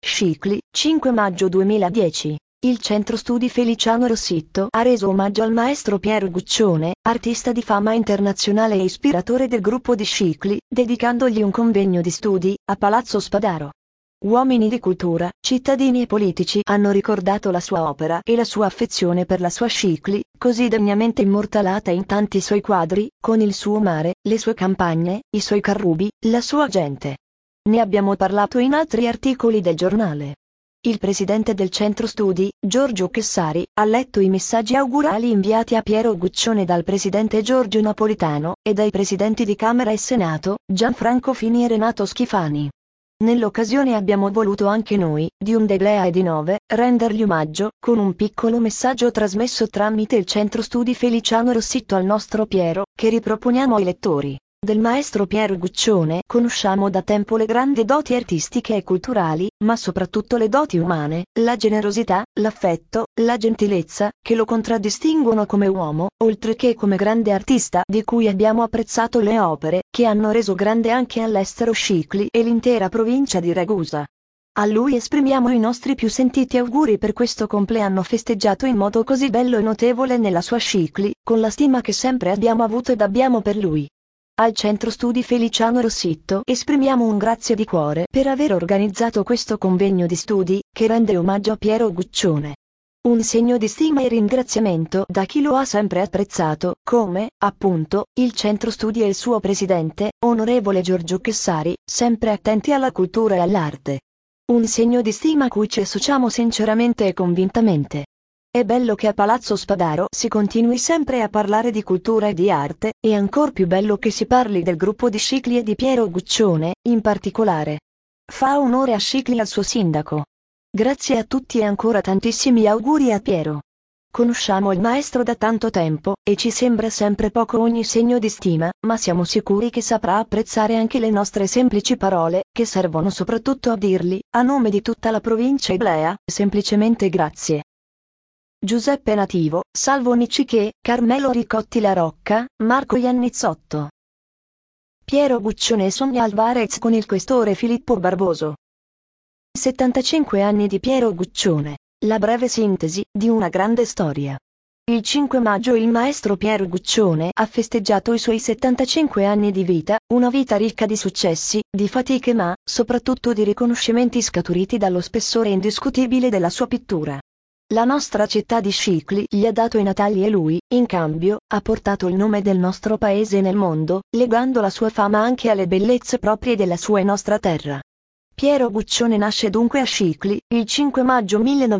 Scicli, 5 maggio 2010. Il Centro Studi Feliciano Rossitto ha reso omaggio al maestro Piero Guccione, artista di fama internazionale e ispiratore del gruppo di Scicli, dedicandogli un convegno di studi, a Palazzo Spadaro. Uomini di cultura, cittadini e politici hanno ricordato la sua opera e la sua affezione per la sua Scicli, così degnamente immortalata in tanti suoi quadri, con il suo mare, le sue campagne, i suoi carrubi, la sua gente. Ne abbiamo parlato in altri articoli del giornale. Il presidente del Centro Studi, Giorgio Chessari, ha letto i messaggi augurali inviati a Piero Guccione dal presidente Giorgio Napolitano, e dai presidenti di Camera e Senato, Gianfranco Fini e Renato Schifani. Nell'occasione abbiamo voluto anche noi, di Umdelea e di Nove, rendergli omaggio, con un piccolo messaggio trasmesso tramite il Centro Studi Feliciano Rossitto al nostro Piero, che riproponiamo ai lettori. Del maestro Piero Guccione conosciamo da tempo le grandi doti artistiche e culturali, ma soprattutto le doti umane, la generosità, l'affetto, la gentilezza, che lo contraddistinguono come uomo, oltre che come grande artista di cui abbiamo apprezzato le opere, che hanno reso grande anche all'estero Scicli e l'intera provincia di Ragusa. A lui esprimiamo i nostri più sentiti auguri per questo compleanno festeggiato in modo così bello e notevole nella sua Scicli, con la stima che sempre abbiamo avuto ed abbiamo per lui. Al Centro Studi Feliciano Rossitto esprimiamo un grazie di cuore per aver organizzato questo convegno di studi, che rende omaggio a Piero Guccione. Un segno di stima e ringraziamento da chi lo ha sempre apprezzato, come, appunto, il Centro Studi e il suo presidente, onorevole Giorgio Chessari, sempre attenti alla cultura e all'arte. Un segno di stima a cui ci associamo sinceramente e convintamente. È bello che a Palazzo Spadaro si continui sempre a parlare di cultura e di arte, e ancor più bello che si parli del gruppo di Scicli e di Piero Guccione, in particolare. Fa onore a Scicli e al suo sindaco. Grazie a tutti e ancora tantissimi auguri a Piero. Conosciamo il maestro da tanto tempo, e ci sembra sempre poco ogni segno di stima, ma siamo sicuri che saprà apprezzare anche le nostre semplici parole, che servono soprattutto a dirgli, a nome di tutta la provincia iblea, semplicemente grazie. Giuseppe Nativo, Salvo Niciché, Carmelo Ricotti La Rocca, Marco Iannizzotto. Piero Guccione e Sonia Alvarez con il questore Filippo Barboso. 75 anni di Piero Guccione. La breve sintesi di una grande storia. Il 5 maggio il maestro Piero Guccione ha festeggiato i suoi 75 anni di vita, una vita ricca di successi, di fatiche ma, soprattutto di riconoscimenti scaturiti dallo spessore indiscutibile della sua pittura. La nostra città di Scicli gli ha dato i natali e lui, in cambio, ha portato il nome del nostro paese nel mondo, legando la sua fama anche alle bellezze proprie della sua e nostra terra. Piero Guccione nasce dunque a Scicli, il 5 maggio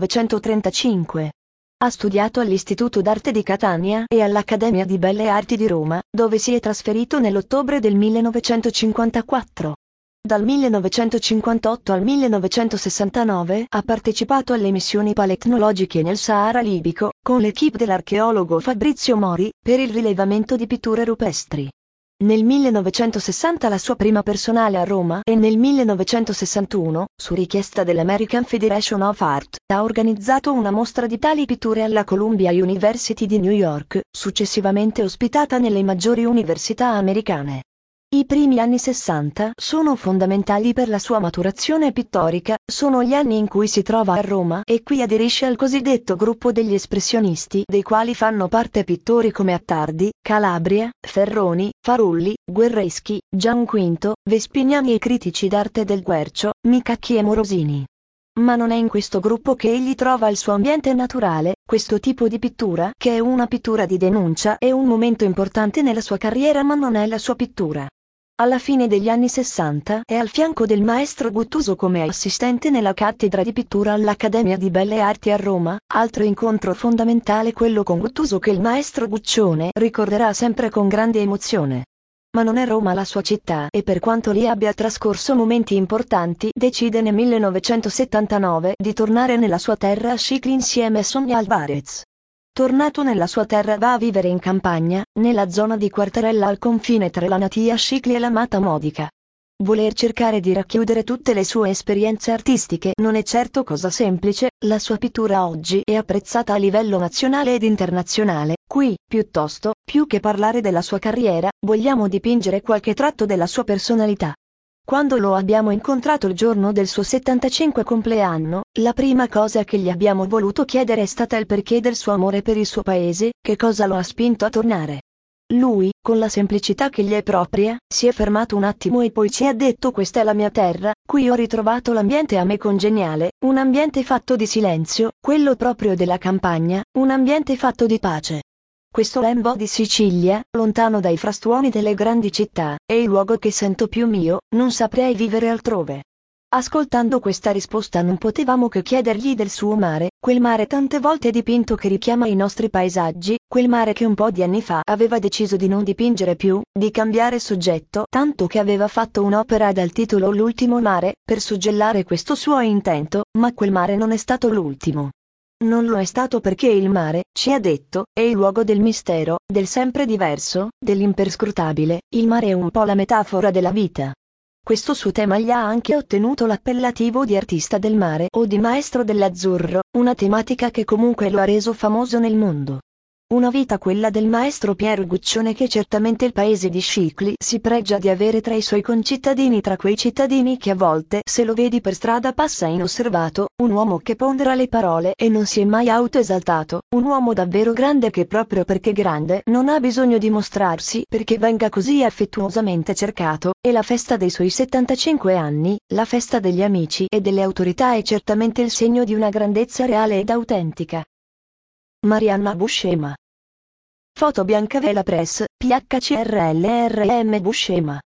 1935. Ha studiato all'Istituto d'Arte di Catania e all'Accademia di Belle Arti di Roma, dove si è trasferito nell'ottobre del 1954. Dal 1958 al 1969 ha partecipato alle missioni paletnologiche nel Sahara libico, con l'equipe dell'archeologo Fabrizio Mori, per il rilevamento di pitture rupestri. Nel 1960 la sua prima personale a Roma e nel 1961, su richiesta dell'American Federation of Art, ha organizzato una mostra di tali pitture alla Columbia University di New York, successivamente ospitata nelle maggiori università americane. I primi anni 60 sono fondamentali per la sua maturazione pittorica, sono gli anni in cui si trova a Roma e qui aderisce al cosiddetto gruppo degli espressionisti, dei quali fanno parte pittori come Attardi, Calabria, Ferroni, Farulli, Guerreschi, Gianquinto, Vespignani e i critici d'arte del Guercio, Micacchi e Morosini. Ma non è in questo gruppo che egli trova il suo ambiente naturale, questo tipo di pittura, che è una pittura di denuncia, è un momento importante nella sua carriera ma non è la sua pittura. Alla fine degli anni 60 è al fianco del maestro Guttuso come assistente nella cattedra di pittura all'Accademia di Belle Arti a Roma, altro incontro fondamentale quello con Guttuso che il maestro Guccione ricorderà sempre con grande emozione. Ma non è Roma la sua città e per quanto lì abbia trascorso momenti importanti decide nel 1979 di tornare nella sua terra a Scicli insieme a Sonia Alvarez. Tornato nella sua terra va a vivere in campagna, nella zona di Quartarella al confine tra la natia Scicli e la Mata Modica. Voler cercare di racchiudere tutte le sue esperienze artistiche non è certo cosa semplice, la sua pittura oggi è apprezzata a livello nazionale ed internazionale, qui, piuttosto, più che parlare della sua carriera, vogliamo dipingere qualche tratto della sua personalità. Quando lo abbiamo incontrato il giorno del suo 75 compleanno, la prima cosa che gli abbiamo voluto chiedere è stata il perché del suo amore per il suo paese, che cosa lo ha spinto a tornare. Lui, con la semplicità che gli è propria, si è fermato un attimo e poi ci ha detto: questa è la mia terra, qui ho ritrovato l'ambiente a me congeniale, un ambiente fatto di silenzio, quello proprio della campagna, un ambiente fatto di pace. Questo lembo di Sicilia, lontano dai frastuoni delle grandi città, è il luogo che sento più mio, non saprei vivere altrove. Ascoltando questa risposta non potevamo che chiedergli del suo mare, quel mare tante volte dipinto che richiama i nostri paesaggi, quel mare che un po' di anni fa aveva deciso di non dipingere più, di cambiare soggetto, tanto che aveva fatto un'opera dal titolo L'ultimo mare, per suggellare questo suo intento, ma quel mare non è stato l'ultimo. Non lo è stato perché il mare, ci ha detto, è il luogo del mistero, del sempre diverso, dell'imperscrutabile, il mare è un po' la metafora della vita. Questo suo tema gli ha anche ottenuto l'appellativo di artista del mare o di maestro dell'azzurro, una tematica che comunque lo ha reso famoso nel mondo. Una vita, quella del maestro Piero Guccione, che certamente il paese di Scicli si pregia di avere tra i suoi concittadini, tra quei cittadini che a volte, se lo vedi per strada, passa inosservato, un uomo che pondera le parole e non si è mai autoesaltato, un uomo davvero grande che proprio perché grande non ha bisogno di mostrarsi perché venga così affettuosamente cercato, e la festa dei suoi 75 anni, la festa degli amici e delle autorità, è certamente il segno di una grandezza reale ed autentica. Marianna Buscema. Foto Biancavela Press, PHCRLRM Buscema.